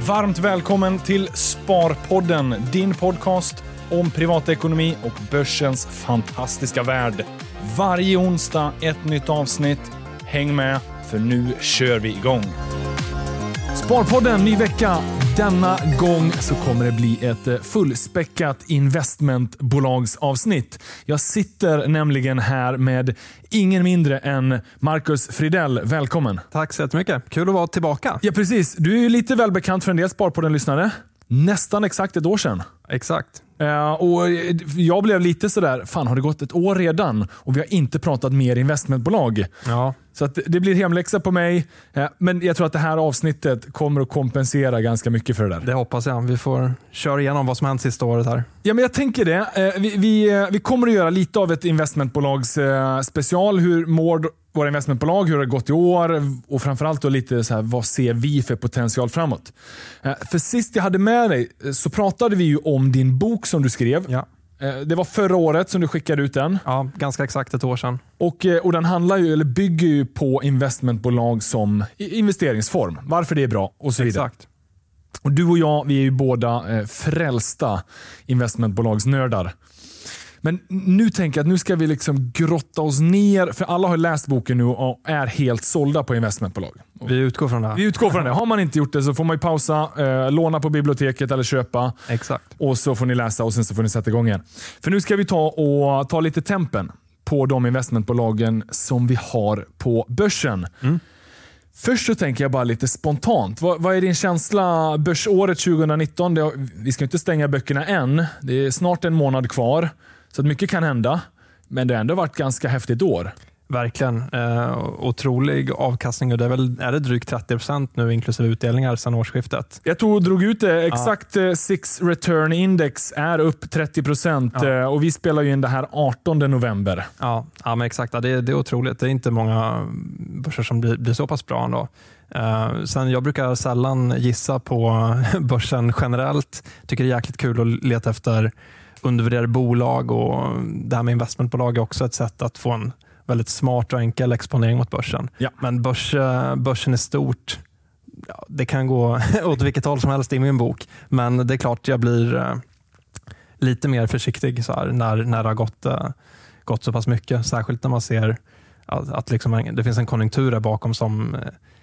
Varmt välkommen till Sparpodden, din podcast om privatekonomi och börsens fantastiska värld. Varje onsdag ett nytt avsnitt. Häng med, för nu kör vi igång. Sparpodden, ny vecka. Denna gång så kommer det bli ett fullspäckat investmentbolagsavsnitt. Jag sitter nämligen här med ingen mindre än Marcus Fridell. Välkommen. Tack så jättemycket. Kul att vara tillbaka. Ja, precis. Du är ju lite välbekant för en del Sparpodden-lyssnare. Nästan exakt ett år sedan. Exakt. Och jag blev lite sådär, fan har det gått ett år redan och vi har inte pratat mer investmentbolag. Ja. Så att det blir hemläxa på mig, men jag tror att det här avsnittet kommer att kompensera ganska mycket för det där. Det hoppas jag. Vi får köra igenom vad som hänt sista året här. Ja, men jag tänker det. Vi kommer att göra lite av ett investmentbolags special. Hur mår våra investmentbolag? Hur har det gått i år? Och framförallt då lite så här, vad ser vi för potential framåt? För sist jag hade med dig så pratade vi ju om din bok som du skrev. Ja. Det var förra året som du skickade ut den. Ja, ganska exakt ett år sedan. Och den handlar ju, eller bygger ju på investmentbolag som investeringsform. Varför det är bra och så vidare. Exakt. Och du och jag, vi är ju båda frälsta investmentbolagsnördar. Men nu tänker jag att nu ska vi liksom grotta oss ner, för alla har läst boken nu och är helt sålda på investmentbolag. Vi utgår från det. Vi utgår från det. Har man inte gjort det så får man ju pausa, låna på biblioteket eller köpa. Exakt. Och så får ni läsa och sen så får ni sätta igång igen. För nu ska vi ta lite tempen på de investmentbolagen som vi har på börsen. Först så tänker jag bara lite spontant. Vad är din känsla börsåret 2019? Vi ska inte stänga böckerna än. Det är snart en månad kvar. Så att mycket kan hända. Men det har ändå varit ganska häftigt år. Verkligen. Otrolig avkastning. Och det är det drygt 30% nu inklusive utdelningar sedan årsskiftet. Jag drog ut det. Exakt. Six Return Index är upp 30%. Och vi spelar ju in det här 18 november. Ja, men exakt. Det är otroligt. Det är inte många börser som blir så pass bra ändå. Sen jag brukar sällan gissa på börsen generellt. Tycker det är jäkligt kul att leta efter undervärderade bolag, och det här med investmentbolag är också ett sätt att få en väldigt smart och enkel exponering mot börsen. Ja. Men börsen är stort. Ja, det kan gå åt vilket håll som helst i min bok. Men det är klart jag blir lite mer försiktig så här, när det har gått så pass mycket. Särskilt när man ser att liksom det finns en konjunktur där bakom som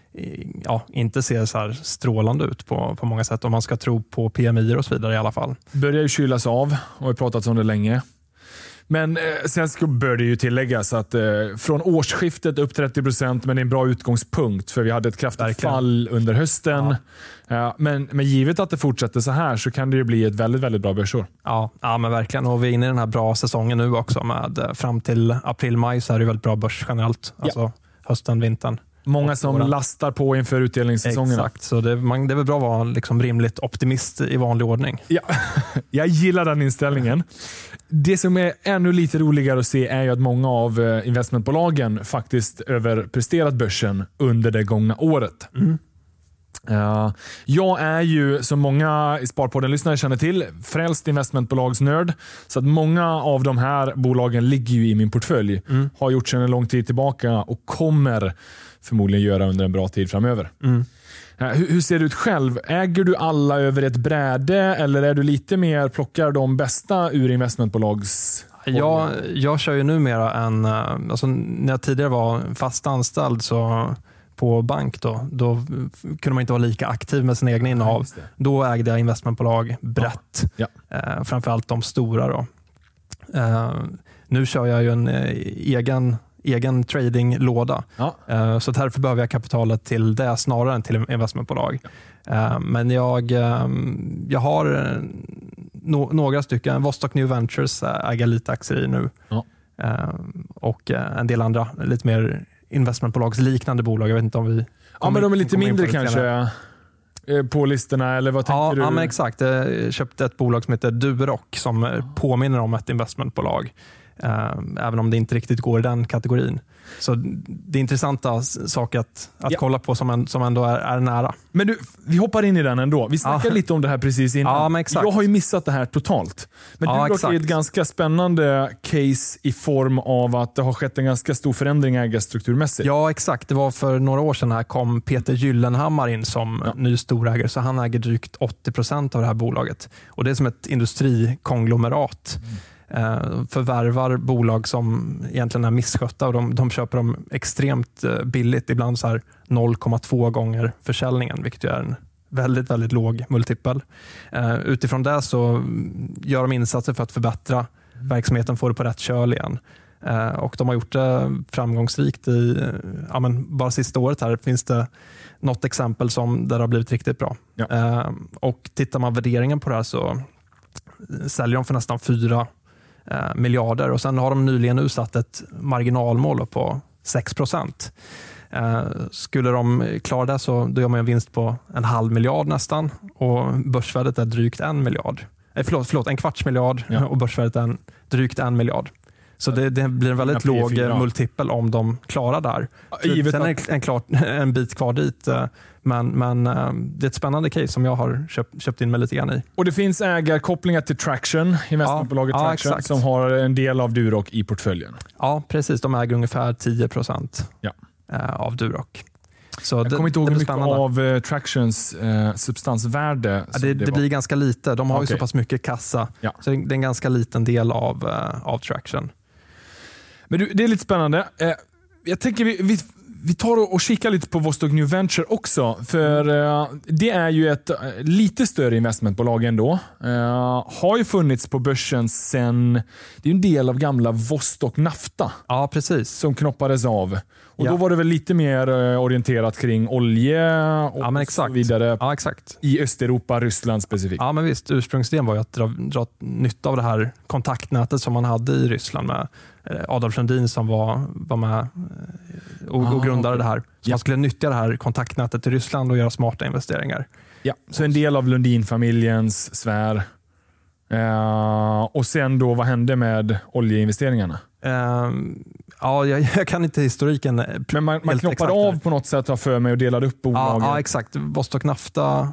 inte ser så här strålande ut på många sätt, om man ska tro på PMI och så vidare i alla fall. Börjar ju kylas av och har pratat om det länge. Men sen bör det ju tilläggas att från årsskiftet upp 30%, men det är en bra utgångspunkt för vi hade ett kraftigt fall under hösten. Ja. Men givet att det fortsätter så här så kan det ju bli ett väldigt, väldigt bra börsår. Ja, men verkligen. Och vi är inne i den här bra säsongen nu också. Med fram till april-maj så är det väldigt bra börs generellt. Alltså hösten, vintern. Många som lastar på inför utdelningssäsongerna. Exakt, så det är väl bra att vara liksom rimligt optimist i vanlig ordning. Ja, jag gillar den inställningen. Det som är ännu lite roligare att se är ju att många av investmentbolagen faktiskt överpresterat börsen under det gångna året. Jag är ju, som många i Sparpodden-lyssnare känner till, frälst investmentbolagsnörd. Så att många av de här bolagen ligger ju i min portfölj. Har gjort sedan en lång tid tillbaka och kommer förmodligen göra under en bra tid framöver. Hur ser det ut själv? Äger du alla över ett bräde eller är du lite mer plockar de bästa ur investmentbolags... Jag kör ju numera alltså när jag tidigare var fast anställd så på bank då kunde man inte vara lika aktiv med sin egna innehav. Då ägde jag investmentbolag brett. Framförallt de stora då. Nu kör jag ju en egen tradinglåda. Så därför behöver jag kapitalet till det snarare än till investmentbolag. Men jag har några stycken. Vostok New Ventures äger lite aktier i nu. Och en del andra lite mer investmentbolagsliknande bolag. Jag vet inte om vi... men de är lite mindre kanske på listorna, eller vad tänker du? Ja, men exakt. Jag köpte ett bolag som heter Duroc som påminner om ett investmentbolag. Även om det inte riktigt går i den kategorin. Så det är intressanta saker att kolla på som ändå är nära. Men du, vi hoppar in i den ändå. Vi snackade lite om det här precis innan. Ja, men exakt. Jag har ju missat det här totalt. Men du har ett ganska spännande case i form av att det har skett en ganska stor förändring ägarstrukturmässigt. Ja, exakt. Det var för några år sedan här kom Peter Gyllenhammar in som ny storägare. Så han äger drygt 80% av det här bolaget. Och det är som ett industrikonglomerat. Förvärvar bolag som egentligen är misskötta och de köper dem extremt billigt, ibland så här 0,2 gånger försäljningen, vilket är en väldigt, väldigt låg multipel. Utifrån det så gör de insatser för att förbättra verksamheten, få det på rätt köl igen. Och de har gjort det framgångsrikt i bara sista året. Här finns det något exempel där det har blivit riktigt bra. Ja. Och tittar man värderingen på det här så säljer de för nästan 4 miljarder och sen har de nyligen satt ett marginalmål på 6%. Skulle de klara det så då gör man en vinst på 0,5 miljard nästan och börsvärdet är drygt 1 miljard. Förlåt, 1/4 miljard och börsvärdet är drygt 1 miljard. Så det blir en väldigt låg multipel om de klarar det här. Sen är det en bit kvar dit. Men det är ett spännande case som jag har köpt in mig lite grann i. Och det finns ägarkopplingar till Traction, investmentbolaget Traction, som har en del av Duroc i portföljen. Ja, precis. De äger ungefär 10% av Duroc. Så jag kommer inte ihåg hur mycket av Tractions substansvärde. Det blir ganska lite. De har ju så pass mycket kassa. Ja. Så det är en ganska liten del av Traction. Men det är lite spännande. Jag tänker vi tar och kikar lite på Vostok New Venture också. För det är ju ett lite större investmentbolag ändå. Har ju funnits på börsen sen... Det är en del av gamla Vostok Nafta. Ja, precis. Som knoppades av. Och då var det väl lite mer orienterat kring olje och så vidare. Ja, exakt. I Östeuropa, Ryssland specifikt. Ja, men visst. Ursprungsidén var ju att dra nytta av det här kontaktnätet som man hade i Ryssland med Adolf Sundin som var med och grundade det här. Så man skulle nyttja det här kontaktnätet i Ryssland och göra smarta investeringar. Ja, så en del av Lundin-familjens sfär. Och sen då, vad hände med oljeinvesteringarna? Jag kan inte historiken. Men man knoppade av på något sätt, har för mig, och delade upp bolaget. Ja, exakt. Vostok Nafta.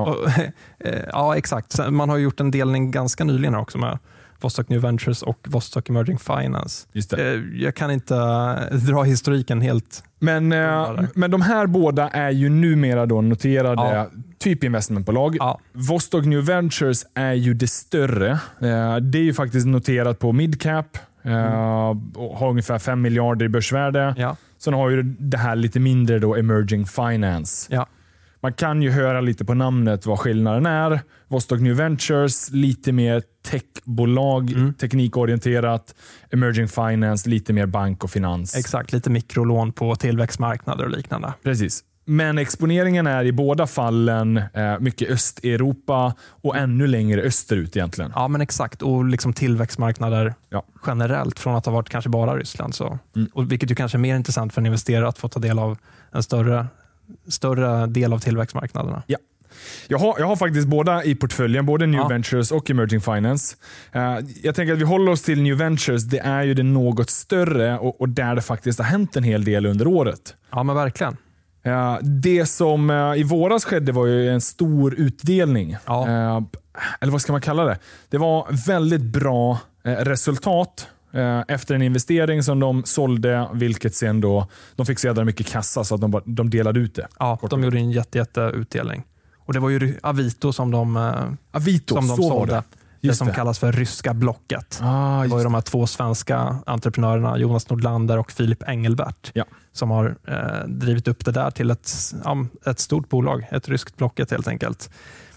Ja, exakt. Man har gjort en delning ganska nyligen också med Vostok New Ventures och Vostok Emerging Finance. Just det. Jag kan inte dra historiken helt. Men de här båda är ju numera då noterade typ investmentbolag. Ja. Vostok New Ventures är ju det större. Det är ju faktiskt noterat på midcap. Och har ungefär 5 miljarder i börsvärde. Ja. Sen har ju det här lite mindre då Emerging Finance. Ja. Man kan ju höra lite på namnet vad skillnaden är. Vostok New Ventures, lite mer techbolag, teknikorienterat. Emerging Finance, lite mer bank och finans. Exakt, lite mikrolån på tillväxtmarknader och liknande. Precis. Men exponeringen är i båda fallen mycket Östeuropa och ännu längre österut egentligen. Ja, men exakt. Och liksom tillväxtmarknader generellt från att ha varit kanske bara Ryssland. Så. Och vilket ju kanske är mer intressant för en investerare att få ta del av en större del av tillväxtmarknaderna. Ja. Jag har faktiskt båda i portföljen, både New Ventures och Emerging Finance. Jag tänker att vi håller oss till New Ventures. Det är ju det något större och där det faktiskt har hänt en hel del under året. Ja, men verkligen. Det som i våras skedde var ju en stor utdelning. Ja. Eller vad ska man kalla det? Det var väldigt bra resultat efter en investering som de sålde, vilket sen då de fick sedan mycket kassa så att de delade ut det. Ja, de gjorde en jätte utdelning. Och det var ju Avito som de sålde. Det som kallas för ryska blocket. Det var ju de här 2 svenska entreprenörerna, Jonas Nordlander och Filip Engelbert, som har drivit upp det där till ett stort bolag, ett ryskt blocket helt enkelt.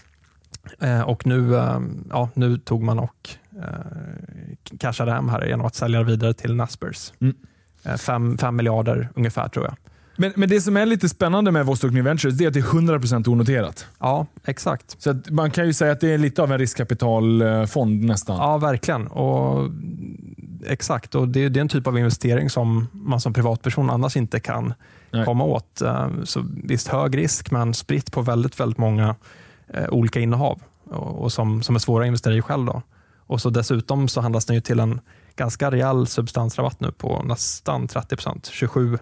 Och nu tog man och cashade hem här genom att sälja vidare till Naspers. 5 miljarder ungefär, tror jag. Men det som är lite spännande med Vostok New Ventures är att det är 100% onoterat. Ja, exakt. Så att man kan ju säga att det är lite av en riskkapitalfond nästan. Ja, verkligen. Och exakt. Och det är en typ av investering som man som privatperson annars inte kan komma åt. Så visst, hög risk, men spritt på väldigt, väldigt många olika innehav och som är svåra att investera i själv då. Och så dessutom så handlas den ju till en ganska rejäl substansrabatt nu på nästan 30%.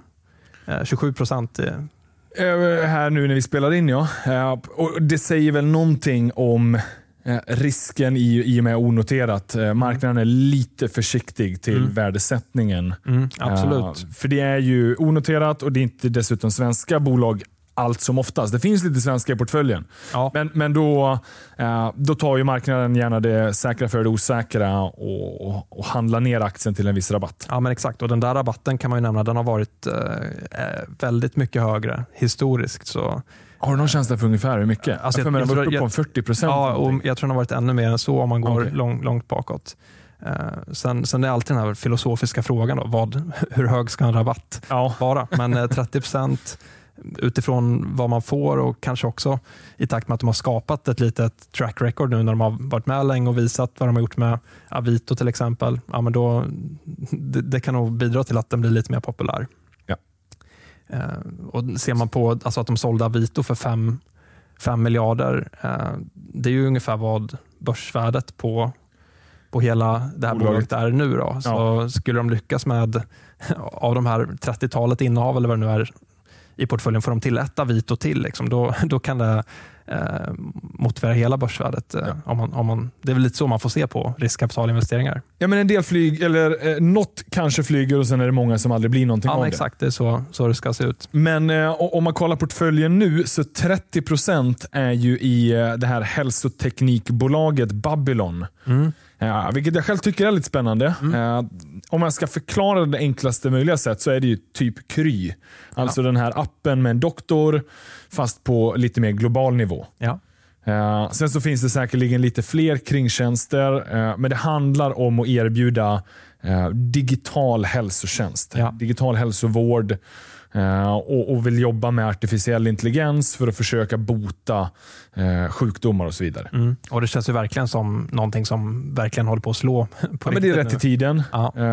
27%. Här nu när vi spelar in, ja. Och det säger väl någonting om risken i och med onoterat. Marknaden är lite försiktig till värdesättningen. Absolut. För det är ju onoterat och det är inte dessutom svenska bolag allt som oftast. Det finns lite svenska i portföljen. Ja. Men då tar ju marknaden gärna det säkra för det osäkra och handlar ner aktien till en viss rabatt. Ja, men exakt. Och den där rabatten kan man ju nämna, den har varit väldigt mycket högre historiskt. Så har du någon känsla för ungefär hur mycket? Alltså, jag var uppe på 40%. Ja, och jag tror den har varit ännu mer än så om man går långt bakåt. Sen är alltid den här filosofiska frågan då, hur hög ska en rabatt vara? Men 30% utifrån vad man får och kanske också i takt med att de har skapat ett litet track record nu när de har varit med länge och visat vad de har gjort med Avito till exempel. Ja, men då, det kan nog bidra till att den blir lite mer populär. Ja. Och ser man på alltså att de sålde Avito för 5 miljarder, det är ju ungefär vad börsvärdet på hela det här bolaget är nu. Då. Så skulle de lyckas med av de här 30-talet innehav eller vad det nu är i portföljen, får de till ett Avito till, liksom, då kan det motivera hela börsvärdet. Om man, det är väl lite så man får se på riskkapitalinvesteringar. Ja, men en del något kanske flyger och sen är det många som aldrig blir någonting av det. Exakt, det är så det ska se ut. Men om man kollar portföljen nu så 30% är ju i det här hälsoteknikbolaget Babylon. Vilket jag själv tycker är lite spännande. Om man ska förklara det enklaste möjliga sätt så är det ju typ Kry. Alltså den här appen med en doktor fast på lite mer global nivå. Sen så finns det säkerligen lite fler kringtjänster, men det handlar om att erbjuda digital hälsotjänst. Digital hälsovård och vill jobba med artificiell intelligens för att försöka bota sjukdomar och så vidare. Och det känns ju verkligen som någonting som verkligen håller på att slå på men det är rätt i tiden.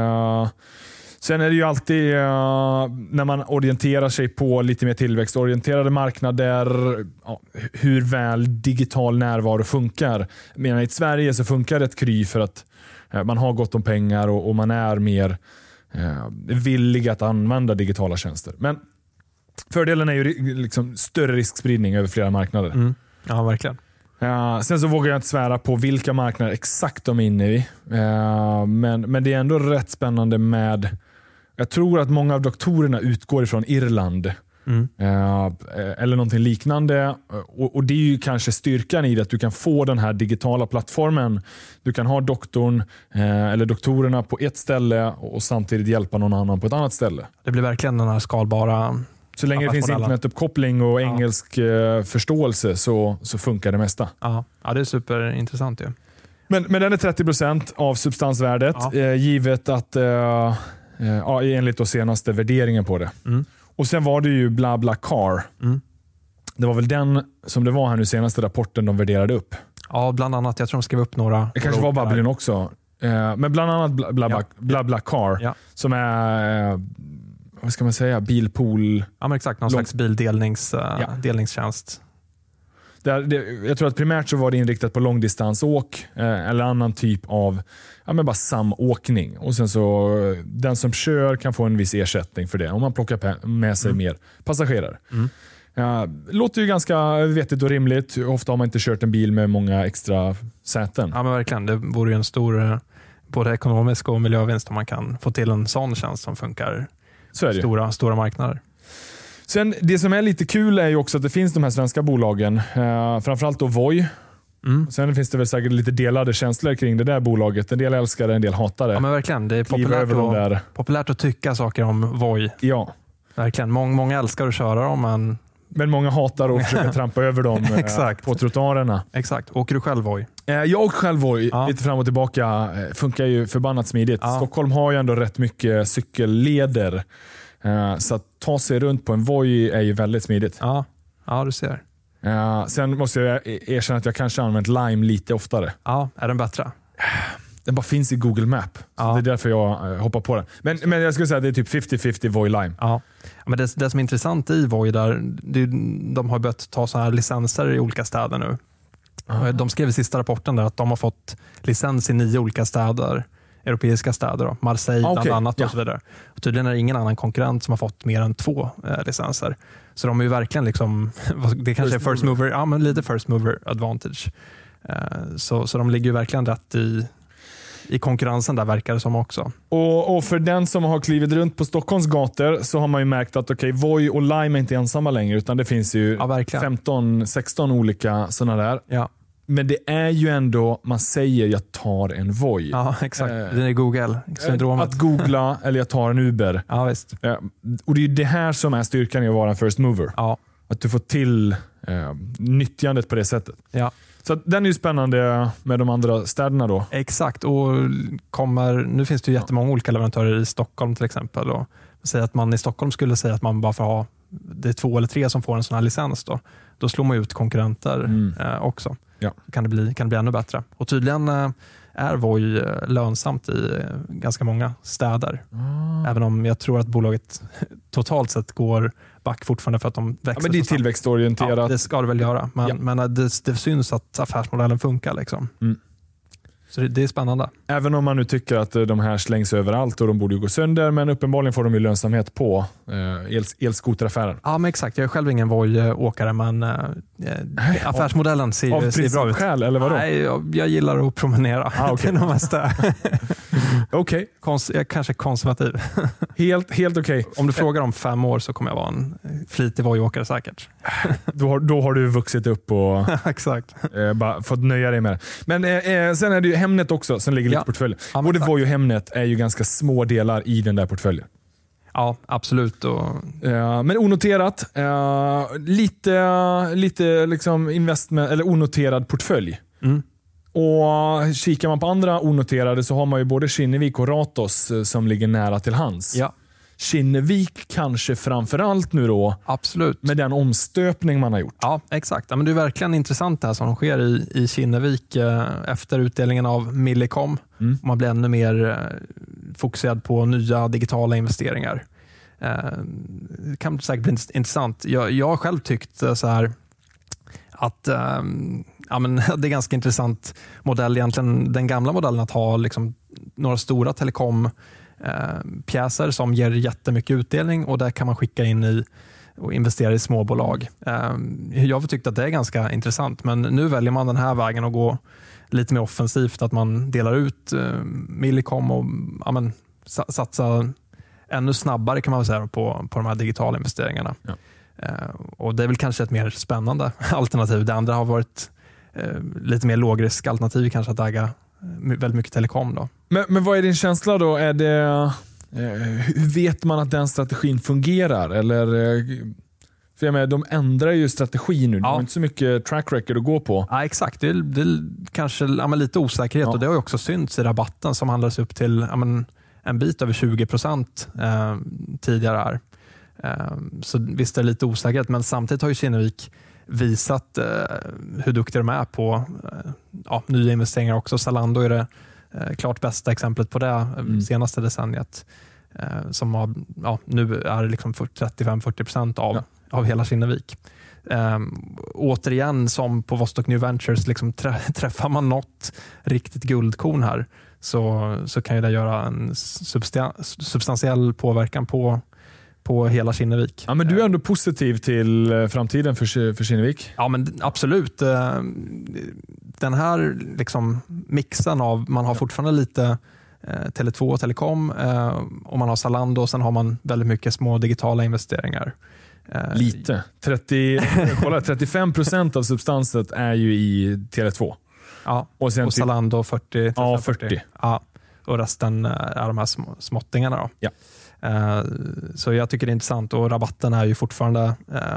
Sen är det ju alltid när man orienterar sig på lite mer tillväxtorienterade marknader, hur väl digital närvaro funkar. Men i Sverige så funkar ett Kry för att man har gott om pengar och man är mer villig att använda digitala tjänster. Men fördelen är ju liksom större riskspridning över flera marknader. Ja, verkligen. Sen så vågar jag inte svära på vilka marknader exakt de är inne i. Men det är ändå rätt spännande med... Jag tror att många av doktorerna utgår ifrån Irland. Eller någonting liknande. Och det är ju kanske styrkan i det, att du kan få den här digitala plattformen. Du kan ha doktorn eller doktorerna på ett ställe och samtidigt hjälpa någon annan på ett annat ställe. Det blir verkligen den här skalbara... Så länge det finns internetuppkoppling och engelsk förståelse så funkar det mesta. Ja, det är superintressant ju. Men den är 30% av substansvärdet, givet att enligt då senaste värderingen på det. Och sen var det ju BlaBlaCar. Det var väl den som det var här nu senaste rapporten de värderade upp. Ja, bland annat. Jag tror de skrev upp några. Det kanske var Babylon också. Men bland annat BlaBlaCar som är... vad ska man säga, bilpool. Ja, men exakt, någon slags bildelningstjänst. Jag tror att primärt så var det inriktat på långdistansåk eller annan typ av bara samåkning. Och sen så den som kör kan få en viss ersättning för det om man plockar med sig mer passagerare. Låter ju ganska vettigt och rimligt. Ofta har man inte kört en bil med många extra säten. Ja, men verkligen. Det vore ju en stor både ekonomisk och miljövinst om man kan få till en sån tjänst som funkar stora marknader. Sen det som är lite kul är ju också att det finns de här svenska bolagen. Framförallt då Voi. Sen finns det väl säkert lite delade känslor kring det där bolaget. En del älskar det, en del hatar det. Ja, men verkligen. Det är populärt att tycka saker om Voi. Ja. Verkligen. Många älskar att köra dem, men många hatar att försöka trampa över dem på trottoarerna. Exakt. Åker du själv Voi? Jag åker själv Voi. Lite fram och tillbaka. Funkar ju förbannat smidigt. Stockholm har ju ändå rätt mycket cykelleder. Så att ta sig runt på en Voi är ju väldigt smidigt. Ja, du ser. Sen måste jag erkänna att jag kanske använt Lime lite oftare. Ja, är den bättre? Den bara finns i Google Map. Det är därför jag hoppar på den. Men jag skulle säga att det är typ 50-50 Voi Lime. Ja. Men det som är intressant i Voi där, de har börjat ta så här licenser i olika städer nu. De skrev i sista rapporten där att de har fått licens i 9 olika städer europeiska städer. Då. Marseille bland annat och så vidare. Och tydligen är det ingen annan konkurrent som har fått mer än 2 licenser. Så de är ju verkligen liksom, det kanske är first mover, ja men lite first mover advantage. Så de ligger ju verkligen rätt i konkurrensen där, verkar det som också. Och för den som har klivit runt på Stockholms gator så har man ju märkt att Voi och Lime är inte ensamma längre, utan det finns ju 15-16 olika sådana där. Ja. Men det är ju ändå, man säger jag tar en Voi. Ja, exakt. Det är Google-syndromet. Att googla eller jag tar en Uber. Ja, visst. Och det är ju det här som är styrkan i att vara en first mover. Ja. Att du får till nyttjandet på det sättet. Ja. Så den är ju spännande med de andra städerna då. Exakt, och nu finns det ju jättemånga olika leverantörer i Stockholm till exempel. Och säga att man i Stockholm skulle säga att man bara får ha, det är 2 eller 3 som får en sån här licens då slår man ut konkurrenter också. Ja. Kan det bli ännu bättre. Och tydligen är Voi lönsamt i ganska många städer. Även om jag tror att bolaget totalt sett går back fortfarande för att de växer. Ja, men det är tillväxtorienterat. Ja, det ska det väl göra. Men det syns att affärsmodellen funkar. Liksom. Så det är spännande. Även om man nu tycker att de här slängs överallt och de borde ju gå sönder, men uppenbarligen får de ju lönsamhet på elskoteraffären. Ja, men exakt. Jag är själv ingen Voi-åkare, men affärsmodellen ser bra ut. Av principskäl, eller vadå? Nej, jag gillar att promenera. Okay. Det är mesta. Okej. Jag är kanske konservativ. Helt okej. Om du frågar om 5 år så kommer jag vara en flitig Voi-åkare säkert. Då har du vuxit upp och exakt. Bara fått nöja dig med det. Men sen är det ju Hemnet också som ligger lite i portföljen. Både Voi och Hemnet är ju ganska små delar i den där portföljen. Ja, absolut. Men onoterat. Lite liksom investment eller onoterad portfölj. Och kikar man på andra onoterade så har man ju både Kinnevik och Ratos som ligger nära till hands. Ja. Kinnevik kanske framförallt nu då. Absolut. Med den omstöpning man har gjort. Ja, exakt. Ja, men det är verkligen intressant det här som sker i Kinnevik efter utdelningen av Millicom. Man blir ännu mer fokuserad på nya digitala investeringar. Det kan säkert bli intressant. Jag har själv tyckt så här att det är ganska intressant modell egentligen, den gamla modellen att ha liksom några stora telekompjäser som ger jättemycket utdelning och där kan man skicka in i och investera i småbolag. Jag har tyckt att det är ganska intressant, men nu väljer man den här vägen och gå lite mer offensivt, att man delar ut Millicom och satsa ännu snabbare kan man säga på de här digitala investeringarna. Ja. Och det är väl kanske ett mer spännande alternativ. Det andra har varit lite mer lågrisk alternativ kanske att äga väldigt mycket telekom då. Men vad är din känsla då? Är det, hur vet man att den strategin fungerar? Eller, för jag menar, de ändrar ju strategi nu. De har inte så mycket track record att gå på. Ja, exakt. Det är kanske lite osäkerhet och det har ju också synts i rabatten som handlas upp till en bit över 20% tidigare här. Så visst är det lite osäkerhet, men samtidigt har ju Kinnevik visat hur duktiga de är på nya investeringar också. Zalando är det klart bästa exemplet på det senaste decenniet. Som har, nu är liksom 35-40% av hela Kinnevik. Återigen som på Vostok New Ventures, liksom träffar man något riktigt guldkorn här så kan ju det göra en substantiell påverkan på hela Kinnevik. Ja, men du är ändå positiv till framtiden för Kinnevik? Ja, men absolut. Den här liksom mixen av, man har fortfarande lite Tele2 och Telekom och man har Zalando och sen har man väldigt mycket små digitala investeringar. Lite. 35% av substanset är ju i Tele2. Ja, och Zalando 40. Ja, 40. Ja, och resten är de här småttingarna då. Ja. Så jag tycker det är intressant och rabatten är ju fortfarande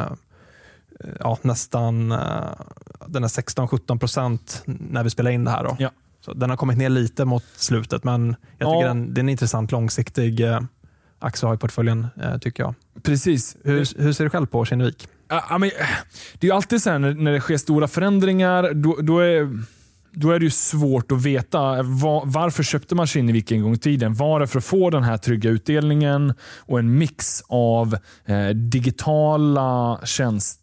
nästan den är 16-17% när vi spelar in det här då. Ja. Så den har kommit ner lite mot slutet, men jag tycker det är en intressant långsiktig aktie i portföljen tycker jag. Precis. Hur ser du själv på Kinnevik? Ja, men, det är ju alltid så här när det sker stora förändringar då är det ju svårt att veta varför köpte man Kinnevik en gång i tiden. Var det för att få den här trygga utdelningen och en mix av digitala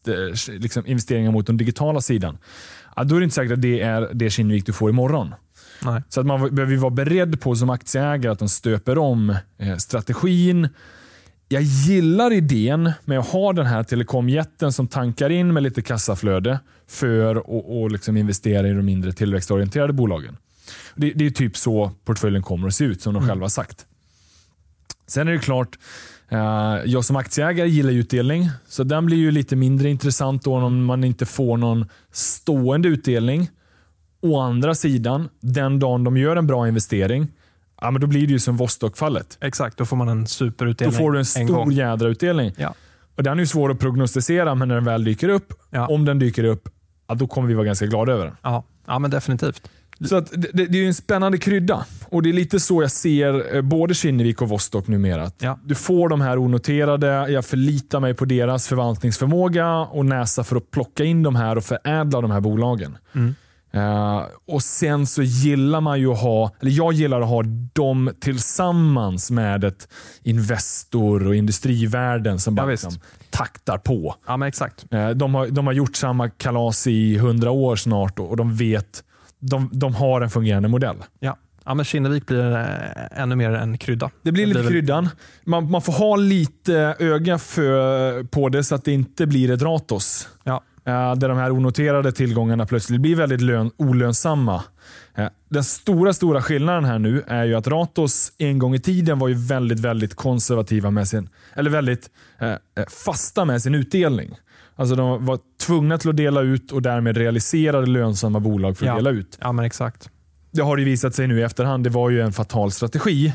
liksom investeringar mot den digitala sidan. Ja, då är det inte säkert att det är det Kinnevik du får imorgon. Nej. Så att man behöver vara beredd på som aktieägare att de stöper om strategin. Jag gillar idén med att ha den här telekomjätten som tankar in med lite kassaflöde för att liksom investera i de mindre tillväxtorienterade bolagen. Det är typ så portföljen kommer att se ut, som de själva sagt. Sen är det klart, jag som aktieägare gillar utdelning, så den blir ju lite mindre intressant då om man inte får någon stående utdelning. Å andra sidan, den dagen de gör en bra investering, ja, men då blir det ju som Vostok-fallet. Exakt, då får man en superutdelning. Då får du en stor jädra utdelning. Ja. Och den är ju svår att prognostisera, men när den väl dyker upp, om den dyker upp, ja, då kommer vi vara ganska glada över den. Ja, men definitivt. Så att det är ju en spännande krydda. Och det är lite så jag ser både Kinnevik och Vostok numera. Du får de här onoterade, jag förlitar mig på deras förvaltningsförmåga och näsa för att plocka in de här och förädla de här bolagen. Och sen så gillar man ju jag gillar att ha dem tillsammans med ett Investor och industrivärden som bara liksom taktar på. Ja, men exakt. De har gjort samma kalas i 100 år snart och de vet, de har en fungerande modell. Ja, men Kinnevik blir ännu mer en krydda. Det blir lite kryddan. Man får ha lite öga på det så att det inte blir ett Ratos. Där de här onoterade tillgångarna plötsligt blir väldigt olönsamma. Den stora skillnaden här nu är ju att Ratos en gång i tiden var ju väldigt, väldigt konservativa med väldigt fasta med sin utdelning. Alltså de var tvungna till att dela ut och därmed realiserade lönsamma bolag för att dela ut. Ja, men exakt. Det har ju visat sig nu i efterhand. Det var ju en fatal strategi.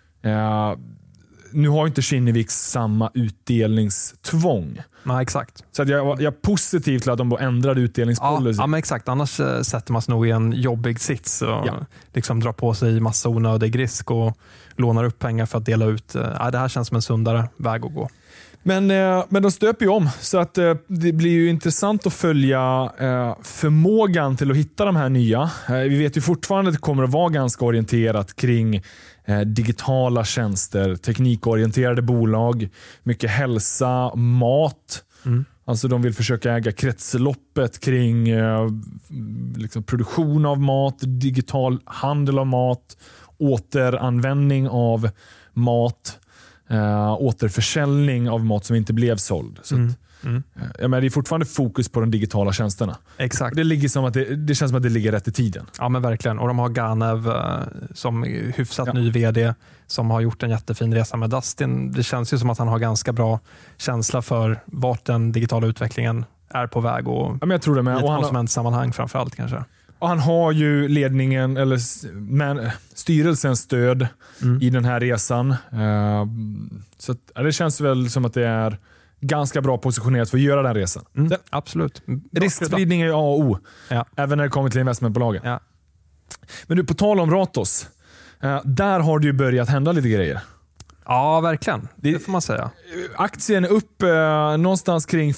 Nu har inte Kinnevik samma utdelningstvång. Nej, exakt. Så att jag är positiv till att de ändrade utdelningspolicy. Ja, men exakt. Annars sätter man sig nog i en jobbig sits och liksom drar på sig massa onödig risk och lånar upp pengar för att dela ut. Det här känns som en sundare väg att gå. Men de stöper ju om, så att det blir ju intressant att följa förmågan till att hitta de här nya. Vi vet ju fortfarande att det kommer att vara ganska orienterat kring digitala tjänster, teknikorienterade bolag, mycket hälsa, mat. Alltså de vill försöka äga kretsloppet kring liksom produktion av mat, digital handel av mat, återanvändning av mat. Återförsäljning av mat som inte blev såld. Så att, det är fortfarande fokus på de digitala tjänsterna. Exakt. Det känns som att det ligger rätt i tiden. Ja, men verkligen. Och de har Ganev som hyfsat ny vd som har gjort en jättefin resa med Dustin. Det känns ju som att han har ganska bra känsla för vart den digitala utvecklingen är på väg och jag tror det med. i ett konsumentsammanhang framförallt kanske. Och han har ju ledningen eller styrelsens stöd i den här resan. Så att, det känns väl som att det är ganska bra positionerat för att göra den resan. Absolut. Riskspridning är A och O. Även när det kommer till investmentbolagen. Men du, på tal om Ratos. Där har det ju börjat hända lite grejer. Ja, verkligen. Det får man säga. Aktien är upp någonstans kring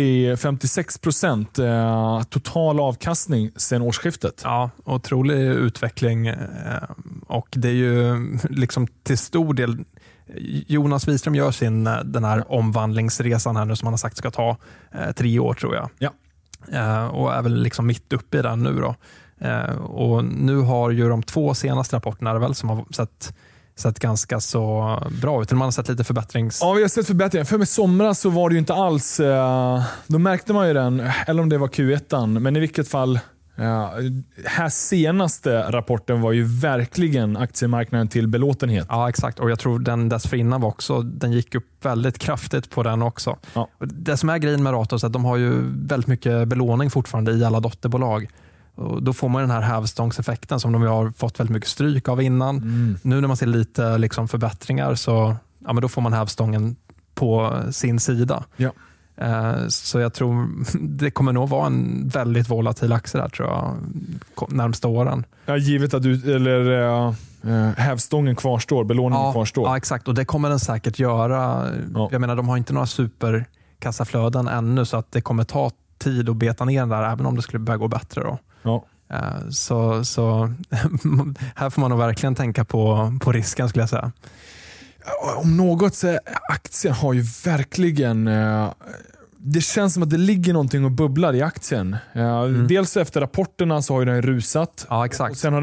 50-56% total avkastning sedan årsskiftet. Ja, otrolig utveckling. Och det är ju liksom till stor del Jonas Wiström gör den här omvandlingsresan här nu som han har sagt ska ta 3 år tror jag. Och är väl liksom mitt uppe i den nu då. Och nu har ju de 2 senaste rapporterna väl som har sett ganska så bra ut. Man har sett lite förbättrings... Ja, vi har sett förbättringar. För med somras så var det ju inte alls... Då märkte man ju den, eller om det var Q1, men i vilket fall... här senaste rapporten var ju verkligen aktiemarknaden till belåtenhet. Ja, exakt. Och jag tror den dessförinnan var också, den gick upp väldigt kraftigt på den också. Det som är grejen med Ratos är att de har ju väldigt mycket belåning fortfarande i alla dotterbolag. Och då får man den här hävstångseffekten som de har fått väldigt mycket stryk av innan. Nu när man ser lite liksom förbättringar så men då får man hävstången på sin sida. Så jag tror det kommer nog vara en väldigt volatil aktie där tror jag närmsta åren. Ja, givet att hävstången kvarstår, belåningen kvarstår. Ja, exakt. Och det kommer den säkert göra. Jag menar, de har inte några superkassaflöden ännu så att det kommer ta tid att beta ner den där även om det skulle börja gå bättre då. Så här får man nog verkligen tänka på risken skulle jag säga. Om något så aktien har ju verkligen det känns som att det ligger någonting och bubblar i aktien. Dels efter rapporterna så har ju den rusat. Ja, exakt. Och sen har den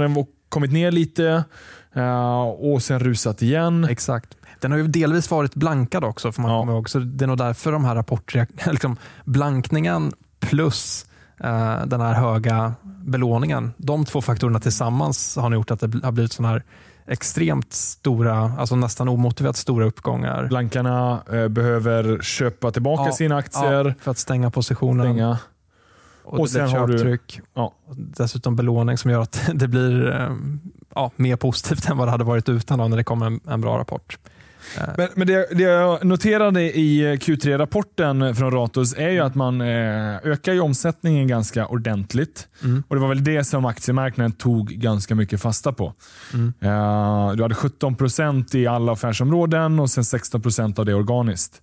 kommit ner lite och sen rusat igen. Exakt. Den har ju delvis varit blankad också, får man komma ihåg. Så det är nog därför de här rapporterna, liksom blankningen plus den här höga belåningen, de två faktorerna tillsammans har gjort att det har blivit sån här extremt stora, alltså nästan omotiverat stora uppgångar. Blankarna behöver köpa tillbaka sina aktier. För att stänga positionen. Och sen har du dessutom belåning som gör att det blir mer positivt än vad det hade varit utan när det kommer en bra rapport. Men det jag noterade i Q3-rapporten från Ratos är ju att man ökar ju omsättningen ganska ordentligt. Och det var väl det som aktiemarknaden tog ganska mycket fasta på. Du hade 17% i alla affärsområden och sen 16% av det organiskt.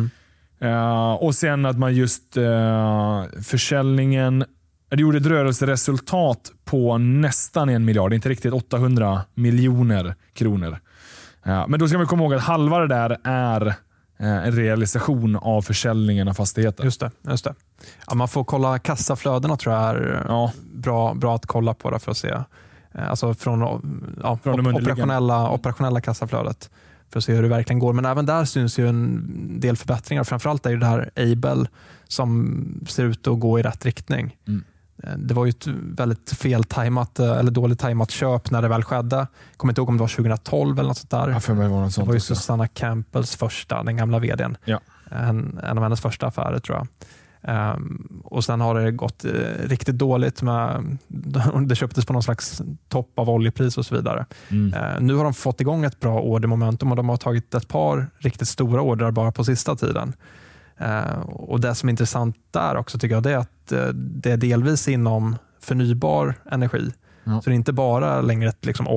Och sen att man just försäljningen, det gjorde ett rörelseresultat på nästan 1 miljard, inte riktigt 800 miljoner kronor. Men då ska man komma ihåg att halva det där är en realisation av försäljningen av fastigheter. Just det. Ja, man får kolla kassaflödena, tror jag är bra att kolla på det för att se. Alltså från operationella kassaflödet för att se hur det verkligen går. Men även där syns ju en del förbättringar. Framförallt är det här Aibel som ser ut att gå i rätt riktning. Det var ju ett väldigt feltajmat eller dåligt tajmat köp när det väl skedde. Jag kommer inte ihåg om det var 2012 eller något sånt där. Ja, för mig var det, sånt det var ju Susanna Campbells första, den gamla vdn. Ja. En av hennes första affärer, tror jag. Och sen har det gått riktigt dåligt det köptes på någon slags topp av oljepris och så vidare. Nu har de fått igång ett bra ordermomentum och de har tagit ett par riktigt stora order bara på sista tiden. Och det som är intressant där också, tycker jag, det är att det är delvis inom förnybar energi. Så det är inte bara längre ett liksom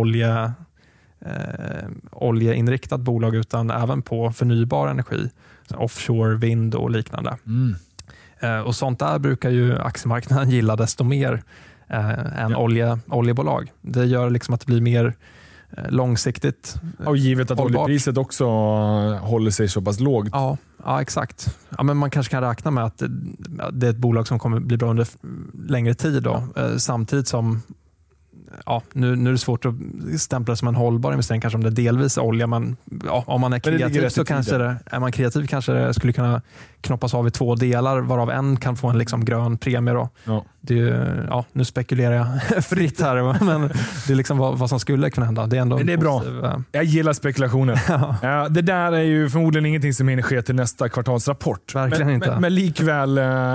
oljeinriktat bolag, utan även på förnybar energi, offshore, vind och liknande. Och sånt där brukar ju aktiemarknaden gilla desto mer än oljebolag. Det gör liksom att det blir mer långsiktigt. Och givet att hållbart. Oljepriset också håller sig så pass lågt. Ja, exakt. Ja, men man kanske kan räkna med att det är ett bolag som kommer bli bra under längre tid då. Samtidigt som nu är det svårt att stämpla som en hållbar investering, kanske om det är delvis olja, men om man är kreativ så kanske det skulle kunna knoppas av i 2 delar, varav en kan få en liksom grön premie då. Nu spekulerar jag fritt här, men det är liksom vad som skulle kunna hända. Det är ändå bra. Jag gillar spekulationer. Det där är ju förmodligen ingenting som hinner ske till nästa kvartalsrapport. Verkligen inte. Men likväl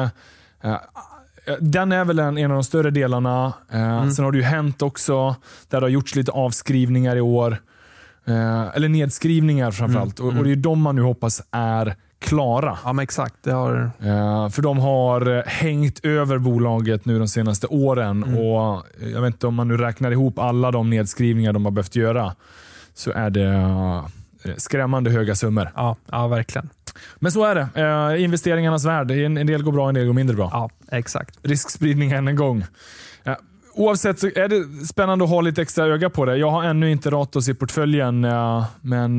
den är väl en av de större delarna. Sen har det ju hänt också där det har gjorts lite avskrivningar i år. Eller nedskrivningar framförallt. Och det är ju de man nu hoppas är klara. Ja, men exakt. Det har... För de har hängt över bolaget nu de senaste åren. Och jag vet inte om man nu räknar ihop alla de nedskrivningar de har behövt göra, så är det skrämmande höga summor. Ja, verkligen. Men så är det. Investeringarnas värld. En del går bra, en del går mindre bra. Ja, exakt. Riskspridning än en gång. Oavsett så är det spännande att ha lite extra öga på det. Jag har ännu inte Ratos i portföljen, men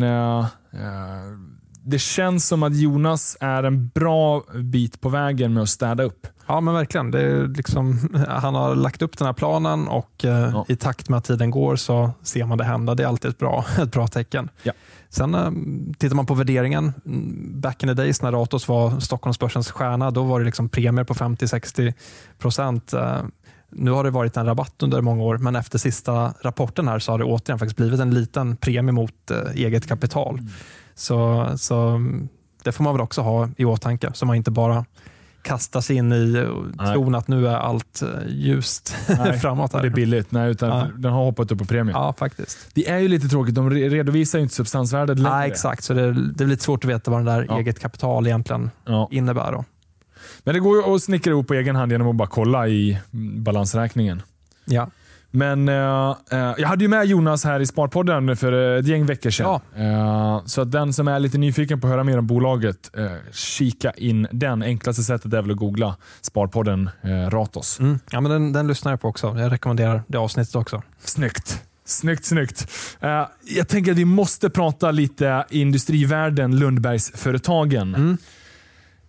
det känns som att Jonas är en bra bit på vägen med att städa upp. Ja, men verkligen. Det är liksom, han har lagt upp den här planen och i takt med att tiden går så ser man det hända. Det är alltid ett bra tecken. Ja. Sen tittar man på värderingen. Back in the days när Ratos var Stockholmsbörsens stjärna, då var det liksom premier på 50-60%. Nu har det varit en rabatt under många år, men efter sista rapporten här så har det återigen faktiskt blivit en liten premie mot eget kapital. Så det får man väl också ha i åtanke, så man inte bara kastas in i tron att nu är allt ljust framåt här. Det är billigt. Nej, utan den har hoppat upp på premien. Ja, faktiskt. Det är ju lite tråkigt. De redovisar ju inte substansvärdet längre. Nej, exakt. Så det är lite svårt att veta vad den där eget kapital egentligen innebär då. Men det går ju att snickra ihop på egen hand genom att bara kolla i balansräkningen. Ja. Men jag hade ju med Jonas här i Sparpodden för ett gäng veckor sedan. Så att den som är lite nyfiken på att höra mer om bolaget, kika in den. Enklaste sättet är väl att googla Sparpodden Ratos. Ja, men den lyssnar jag på också. Jag rekommenderar det avsnittet också. Snyggt. Jag tänker att vi måste prata lite industrivärden, Lundbergsföretagen.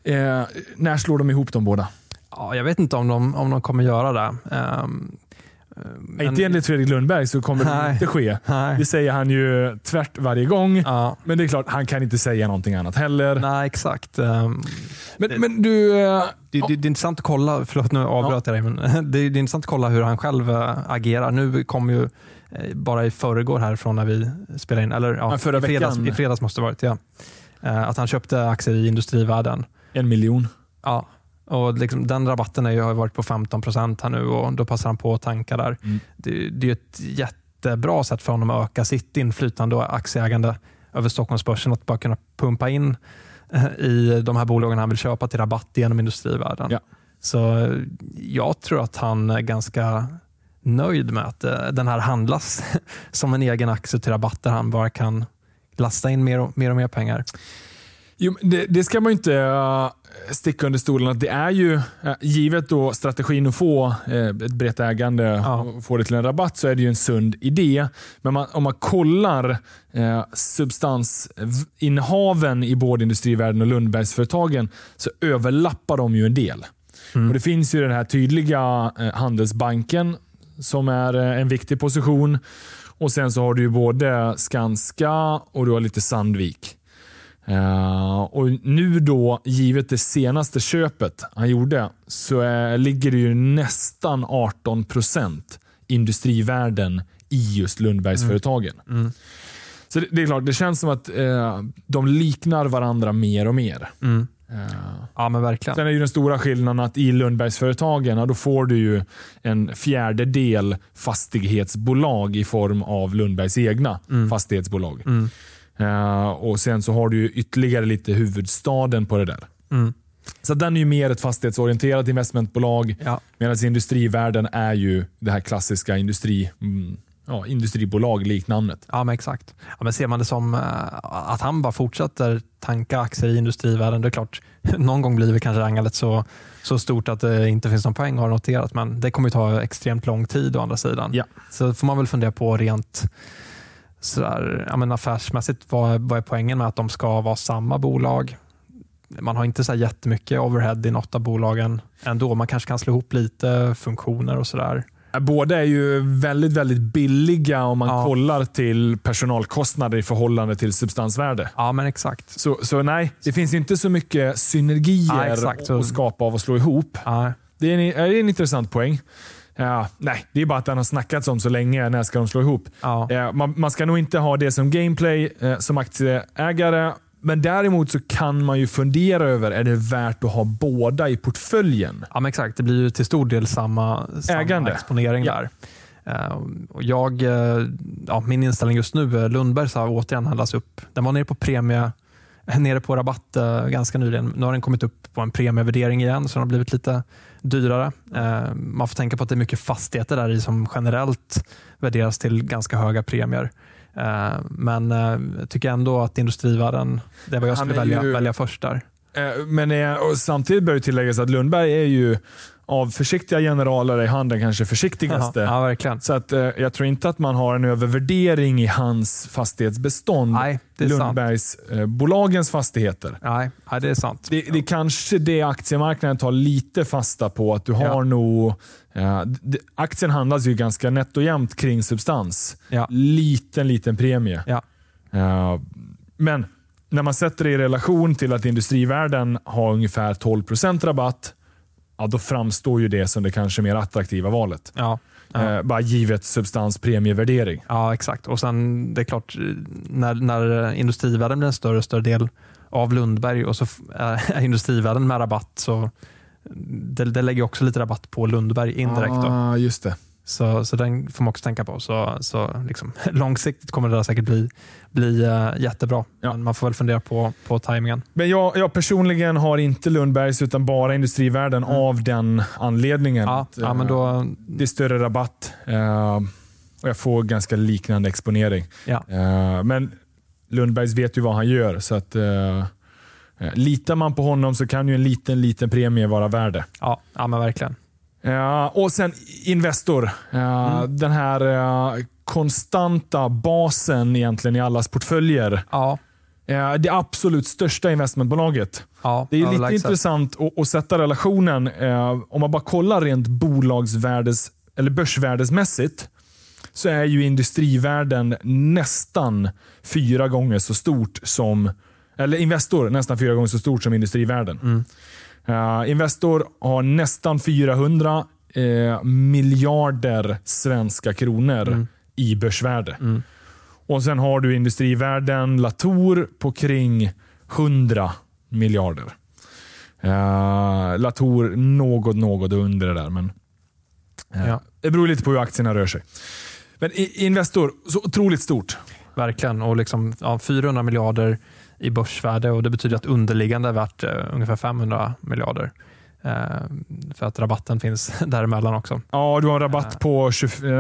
När slår de ihop de båda? Ja, jag vet inte om de kommer göra det. Inte enligt Fredrik Lundberg så kommer det inte ske. Det säger han ju tvärt varje gång. Ja. Men det är klart, han kan inte säga någonting annat heller. Nej, exakt. Men du... Det är intressant att kolla, förlåt nu avbröt jag dig, men det är intressant att kolla hur han själv agerar. Nu kom ju bara i förrgår härifrån när vi spelade in, eller i fredags måste det varit, att han köpte aktier i Industrivärden. 1 miljon. Ja, och liksom, den rabatten har varit på 15% här nu och då passar han på att tanka där. Det är ett jättebra sätt för honom att öka sitt inflytande och aktieägande över Stockholmsbörsen, att bara kunna pumpa in i de här bolagen han vill köpa till rabatt genom Industrivärden. Ja. Så jag tror att han är ganska nöjd med att den här handlas som en egen aktie till rabatt där han bara kan lasta in mer och mer pengar. Jo, det ska man ju inte sticka under stolen att det är ju givet då strategin att få ett brett ägande och få det till en rabatt, så är det ju en sund idé. Men om man kollar substansinnehaven i både Industrivärden och Lundbergsföretagen så överlappar de ju en del. Och det finns ju den här tydliga Handelsbanken som är en viktig position, och sen så har du ju både Skanska och du har lite Sandvik. Och nu då, givet det senaste köpet han gjorde, så ligger det ju nästan 18% Industrivärden i just Lundbergsföretagen. Så det är klart, det känns som att de liknar varandra mer och mer. Ja, men verkligen. Sen är ju den stora skillnaden att i Lundbergsföretagen då får du ju en fjärdedel fastighetsbolag i form av Lundbergs egna fastighetsbolag. Och sen så har du ju ytterligare lite huvudstaden på det där. Så den är ju mer ett fastighetsorienterat investmentbolag, medan Industrivärden är ju det här klassiska industribolag, liknamnet. Ja, men exakt. Ja, men ser man det som att han bara fortsätter tanka aktier i Industrivärden, det är klart, någon gång blir det kanske angalet så stort att det inte finns någon poäng har noterat, men det kommer ju ta extremt lång tid å andra sidan. Ja. Så får man väl fundera på rent sådär, affärsmässigt, vad är poängen med att de ska vara samma bolag? Man har inte så här jättemycket overhead i något av bolagen ändå. Man kanske kan slå ihop lite funktioner och sådär. Båda är ju väldigt, väldigt billiga om man kollar till personalkostnader i förhållande till substansvärde. Ja, men exakt. Så nej, det finns inte så mycket synergier att skapa av att slå ihop. Det är en intressant poäng. Nej, det är bara att den har snackats om så länge. När ska de slå ihop? Man ska nog inte ha det som gameplay som aktieägare. Men däremot så kan man ju fundera över, är det värt att ha båda i portföljen? Ja, men exakt. Det blir ju till stor del samma exponering där. Och min inställning just nu, Lundbergs har återigen handlats upp. Den var nere på rabatt ganska nyligen. Nu har den kommit upp på en premievärdering igen, så den har blivit lite dyrare. Man får tänka på att det är mycket fastigheter där i som generellt värderas till ganska höga premier. Men jag tycker ändå att Industrivärden, det var jag skulle välja först där. Men samtidigt bör det tilläggas att Lundberg är ju av försiktiga generaler i handen kanske försiktigaste. Ja, verkligen. Så att, jag tror inte att man har en övervärdering i hans fastighetsbestånd. Nej, det är Lundbergs bolagens fastigheter. Nej, det är sant. Det är kanske det aktiemarknaden tar lite fasta på, att du har nog... aktien handlas ju ganska nätt och jämnt kring substans. Liten premie. Men när man sätter det i relation till att Industrivärden har ungefär 12% rabatt, då framstår ju det som det kanske mer attraktiva valet. Bara givet substanspremievärdering. Ja, exakt. Och sen det är klart, när Industrivärden blir en större del av Lundberg och så är Industrivärden med rabatt, så det lägger också lite rabatt på Lundberg indirekt. Just det. Så den får man också tänka på. Så liksom, långsiktigt kommer det där säkert bli jättebra. Men man får väl fundera på tajmingen. Men jag personligen har inte Lundbergs utan bara Industrivärden av den anledningen. Men då... Det är större rabatt och jag får ganska liknande exponering. Men Lundbergs vet ju vad han gör, så att litar man på honom så kan ju en liten premie vara värde. Ja, men verkligen. Och sen Investor. Den här konstanta basen egentligen i allas portföljer. Det absolut största investmentbolaget. Det är lite intressant att sätta relationen. Om man bara kollar rent bolagsvärdes eller börsvärdesmässigt, så är ju industrivärden nästan 4 gånger så stort som, eller Investor nästan 4 gånger så stort som industrivärden. Investor har nästan 400 miljarder svenska kronor i börsvärde. Och sen har du industrivärden Latour på kring 100 miljarder. Latour något under det där, men det beror lite på hur aktierna rör sig. Men Investor, så otroligt stort. Verkligen, och liksom, 400 miljarder i börsvärde, och det betyder att underliggande är värt ungefär 500 miljarder. För att rabatten finns däremellan också. Ja, du har en rabatt på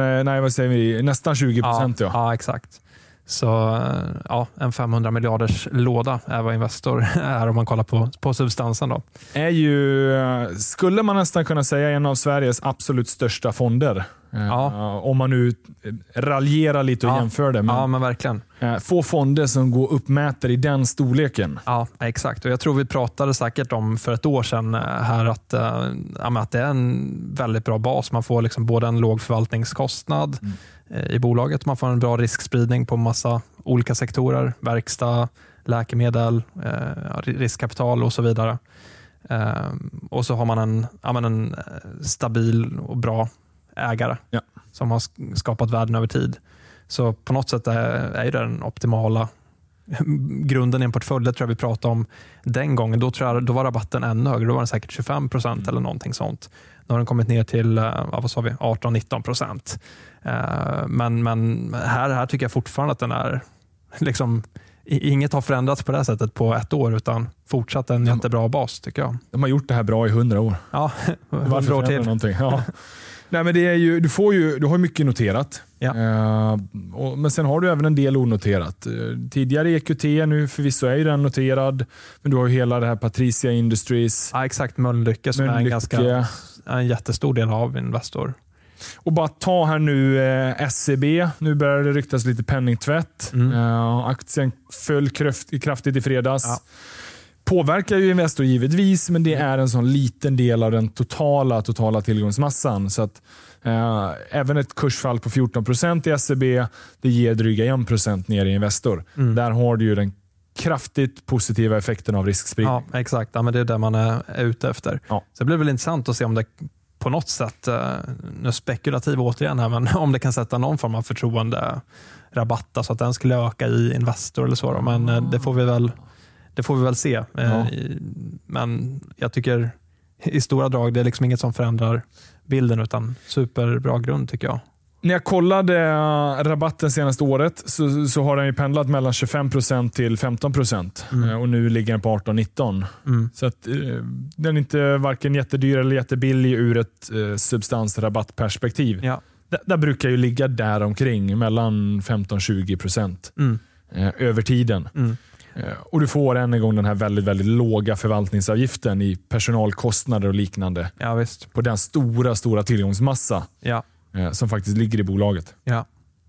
nästan 20%. Ja, exakt. Så en 500 miljarders låda är vad Investor är om man kollar på substansen. Då. Är ju, skulle man nästan kunna säga, en av Sveriges absolut största fonder. Om man nu raljerar lite och jämför det. Men verkligen. Få fonder som går uppmäter i den storleken. Ja, exakt. Och jag tror vi pratade säkert om för ett år sedan här att det är en väldigt bra bas. Man får liksom både en låg förvaltningskostnad i bolaget. Man får en bra riskspridning på massa olika sektorer. Verkstad, läkemedel, riskkapital och så vidare. Och så har man en stabil och bra ägare som har skapat värden över tid. Så på något sätt är det den optimala grunden i en portfölj. Det tror jag vi pratade om den gången. Då var rabatten ännu högre. Då var den säkert 25% eller någonting sånt. Nu har den kommit ner till 18-19%. Men här tycker jag fortfarande att den är liksom, inget har förändrats på det här sättet på ett år, utan fortsatt en jättebra bas tycker jag. De har gjort det här bra i 100 år. Ja, 100 år till. Någonting? Ja. Nej, men det är ju, du har mycket noterat. Men sen har du även en del onoterat. Tidigare EQT, nu förvisso är ju den noterad, men du har ju hela det här Patricia Industries. Ja, exakt. Mölnlycke som är en jättestor del av Investor. Och bara ta här nu SCB. Nu börjar det ryktas lite penningtvätt. Aktien föll kraftigt i fredags. Ja. Påverkar ju Investor givetvis, men det är en sån liten del av den totala tillgångsmassan. Så att även ett kursfall på 14% i SCB, det ger dryga 1% ner i Investor. Där har du ju den kraftigt positiva effekten av riskspridning. Ja, exakt. Ja, men det är det man är ute efter. Ja. Så det blir väl intressant att se om det på något sätt, nu spekulativ återigen här, men om det kan sätta någon form av förtroende rabatt så att den skulle öka i Investor eller så. Men det får vi väl se. Ja. Men jag tycker i stora drag det är liksom inget som förändrar bilden, utan superbra grund tycker jag. När jag kollade rabatten senaste året så har den ju pendlat mellan 25% till 15%. Och nu ligger den på 18-19%. Så att, den är inte varken jättedyr eller jättebillig ur ett substansrabattperspektiv. Ja. Där brukar ju ligga där omkring mellan 15-20% över tiden. Och du får än en gång den här väldigt, väldigt låga förvaltningsavgiften i personalkostnader och liknande. Ja, visst. På den stora tillgångsmassa som faktiskt ligger i bolaget. Ja.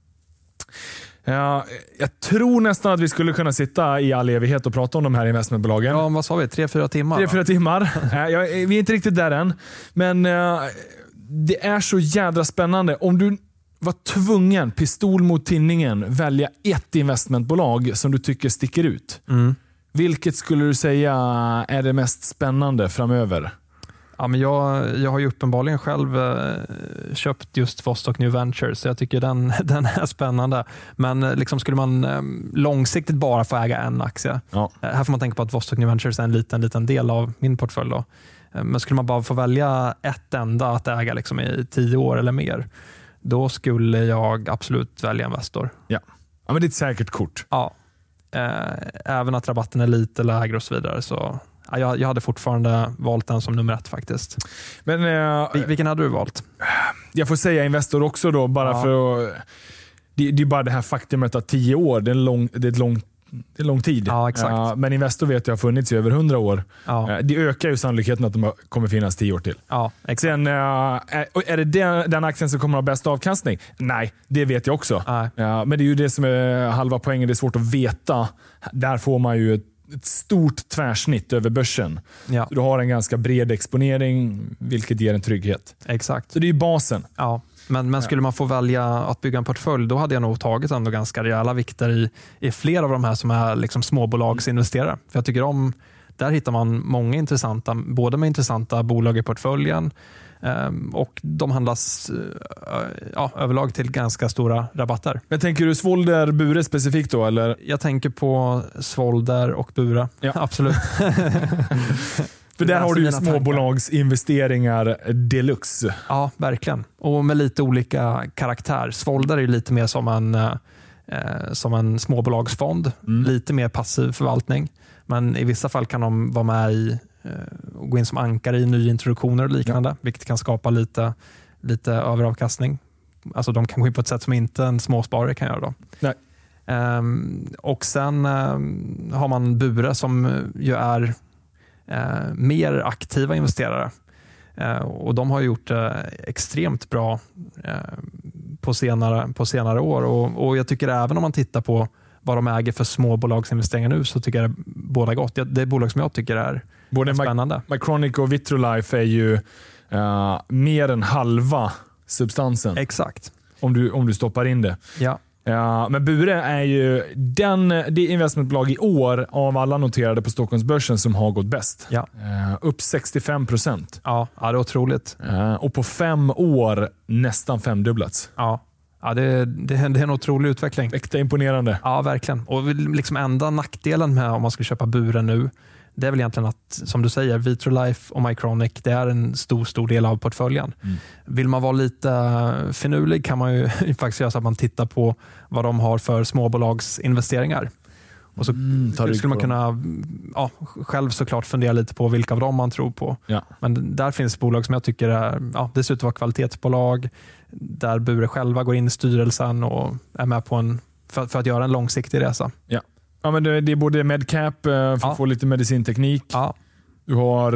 Jag tror nästan att vi skulle kunna sitta i all evighet och prata om de här investmentbolagen. Ja, vad sa vi? 3-4 timmar? 3-4 timmar. Vi är inte riktigt där än. Men det är så jädra spännande. Om du var tvungen, pistol mot tinningen, välja ett investmentbolag som du tycker sticker ut. Vilket skulle du säga är det mest spännande framöver? Ja, men jag har ju uppenbarligen själv köpt just Vostok New Ventures, så jag tycker den är spännande. Men liksom skulle man långsiktigt bara få äga en aktie. Ja. Här får man tänka på att Vostok New Ventures är en liten del av min portfölj. Då. Men skulle man bara få välja ett enda att äga liksom i 10 år eller mer, då skulle jag absolut välja Investor. Ja, men det är ett säkert kort. Ja. Även att rabatten är lite lägre och så vidare, så jag hade fortfarande valt den som nummer 1 faktiskt. Men, vilken hade du valt? Jag får säga Investor också då, bara för att det är bara det här faktumet att 10 år, det är lång tid. Ja, exakt. Men Investor vet jag har funnits i över 100 år. Ja. Det ökar ju sannolikheten att de kommer finnas 10 år till. Ja, exakt. Sen, är det den aktien som kommer att ha bäst avkastning? Nej, det vet jag också. Men det är ju det som är halva poängen. Det är svårt att veta. Där får man ju ett stort tvärsnitt över börsen. Ja. Du har en ganska bred exponering, vilket ger en trygghet. Exakt. Så det är ju basen. Ja. Men skulle man få välja att bygga en portfölj, då hade jag nog tagit ändå ganska rejäla vikter i flera av de här som är liksom småbolagsinvesterare. För jag tycker där hittar man många intressanta, både med intressanta bolag i portföljen och de handlas överlag till ganska stora rabatter. Men tänker du Svolder, Bure specifikt då? Eller? Jag tänker på Svolder och Bure, absolut. För där har du ju småbolagsinvesteringar deluxe. Ja, verkligen. Och med lite olika karaktär. Svolder är lite mer som en småbolagsfond. Lite mer passiv förvaltning. Men i vissa fall kan de vara med och gå in som ankare i nyintroduktioner och liknande. Vilket kan skapa lite överavkastning. Alltså de kan gå in på ett sätt som inte en småsparare kan göra. Då. Nej. Och sen har man Bure som ju är mer aktiva investerare. Och de har gjort extremt bra på senare år. Och jag tycker även om man tittar på vad de äger för småbolagsinvesteringar nu, så tycker jag det båda gott. Det är bolag som jag tycker är spännande. Mycronic och Vitrolife är ju mer än halva substansen. Exakt. Om du stoppar in det. Ja. Men Bure är ju det investmentbolag i år av alla noterade på Stockholmsbörsen som har gått bäst. Ja. Upp 65%. Ja, det är otroligt. Och på 5 år nästan 5-dubblats. Ja. Ja, det är en otrolig utveckling. Äkta imponerande. Ja, verkligen. Och liksom enda nackdelen med om man skulle köpa Bure nu, det är väl egentligen att, som du säger, Vitrolife och Mycronic, det är en stor del av portföljen. Vill man vara lite finurlig kan man ju faktiskt göra så att man tittar på vad de har för småbolagsinvesteringar. Och så skulle man kunna själv såklart fundera lite på vilka av dem man tror på. Ja. Men där finns bolag som jag tycker dessutom var kvalitetsbolag, där Bure själva går in i styrelsen och är med på för att göra en långsiktig resa. Ja. Ja, men det är både medcap för att få lite medicinteknik. Ja. Du har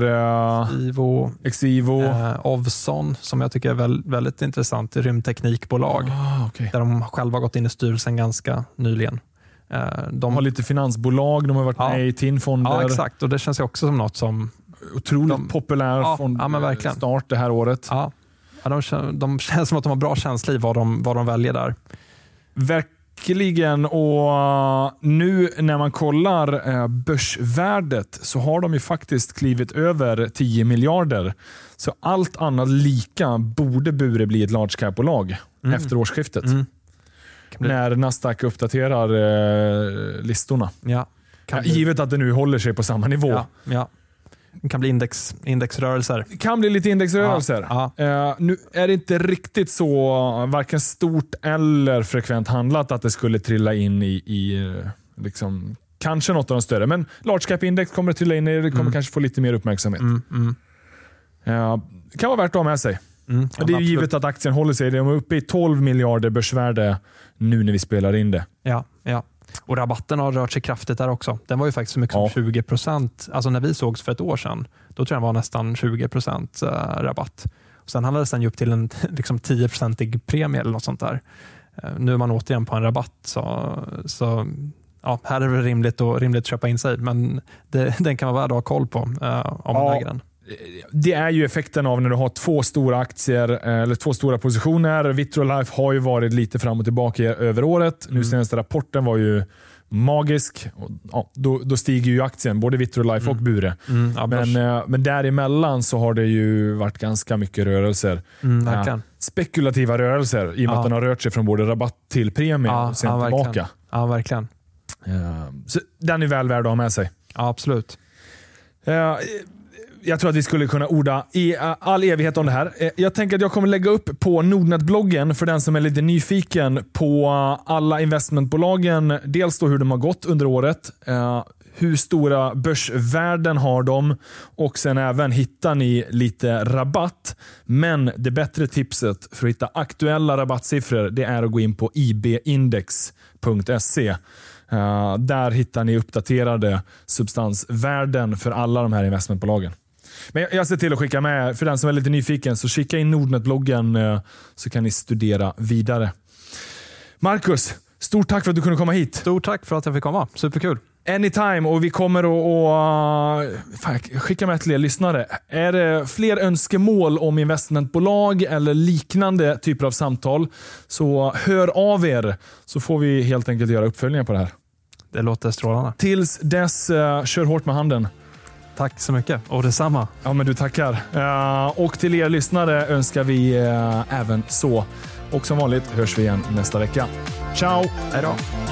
Exivo. Ovzon som jag tycker är väldigt intressant. Rymdteknikbolag. Okay. Där de själva har gått in i styrelsen ganska nyligen. De har lite finansbolag. De har varit med i TIN-fonder. Ja, exakt. Och det känns ju också som något som otroligt populär fondstart det här året. Ja. De känns som att de har bra känsla i vad de väljer där. Verkligen, och nu när man kollar börsvärdet så har de ju faktiskt klivit över 10 miljarder. Så allt annat lika borde Bure bli ett large cap-bolag efter årsskiftet. När Nasdaq uppdaterar listorna. Ja. Givet att det nu håller sig på samma nivå. Ja. Det kan bli indexrörelser. Det kan bli lite indexrörelser. Ja. Nu är det inte riktigt så varken stort eller frekvent handlat att det skulle trilla in i liksom, kanske något av de större. Men large cap index kommer att trilla in i det. kommer kanske få lite mer uppmärksamhet. Det kan vara värt att ha med sig. Det är ju givet att aktien håller sig. De är uppe i 12 miljarder börsvärde nu när vi spelar in det. Ja. Och rabatten har rört sig kraftigt där också. Den var ju faktiskt så mycket som 20%. Alltså när vi sågs för ett år sedan, då tror jag det var nästan 20% rabatt. Och sen handlade det sen upp till en liksom 10% premie eller något sånt där. Nu är man återigen på en rabatt. Så här är det rimligt att köpa in sig. Men den kan vara värd att ha koll på om man äger den. Det är ju effekten av när du har 2 stora aktier eller 2 stora positioner. Vitrolife har ju varit lite fram och tillbaka över året. Nu senaste rapporten var ju magisk. Då stiger ju aktien, både Vitrolife och Bure. Men däremellan så har det ju varit ganska mycket rörelser. Spekulativa rörelser i och med att den har rört sig från både rabatt till premie och sen tillbaka. Ja, verkligen. Så den är väl värd att ha med sig. Ja, absolut. Jag tror att vi skulle kunna orda i all evighet om det här. Jag tänker att jag kommer lägga upp på Nordnet-bloggen för den som är lite nyfiken på alla investmentbolagen. Dels då hur de har gått under året, hur stora börsvärden har de och sen även hittar ni lite rabatt. Men det bättre tipset för att hitta aktuella rabattsiffror, det är att gå in på ibindex.se. Där hittar ni uppdaterade substansvärden för alla de här investmentbolagen. Men jag ser till att skicka med, för den som är lite nyfiken, så skicka in Nordnet-bloggen så kan ni studera vidare. Marcus, stort tack för att du kunde komma hit. Stort tack för att jag fick komma. Superkul. Anytime, och vi kommer att skicka med till er lyssnare. Är det fler önskemål om investmentbolag eller liknande typer av samtal, så hör av er, så får vi helt enkelt göra uppföljningar på det här. Det låter strålande. Tills dess, kör hårt med handen. Tack så mycket, och detsamma. Ja, men du tackar. Och till er lyssnare önskar vi även så. Och som vanligt hörs vi igen nästa vecka. Ciao! Hej då!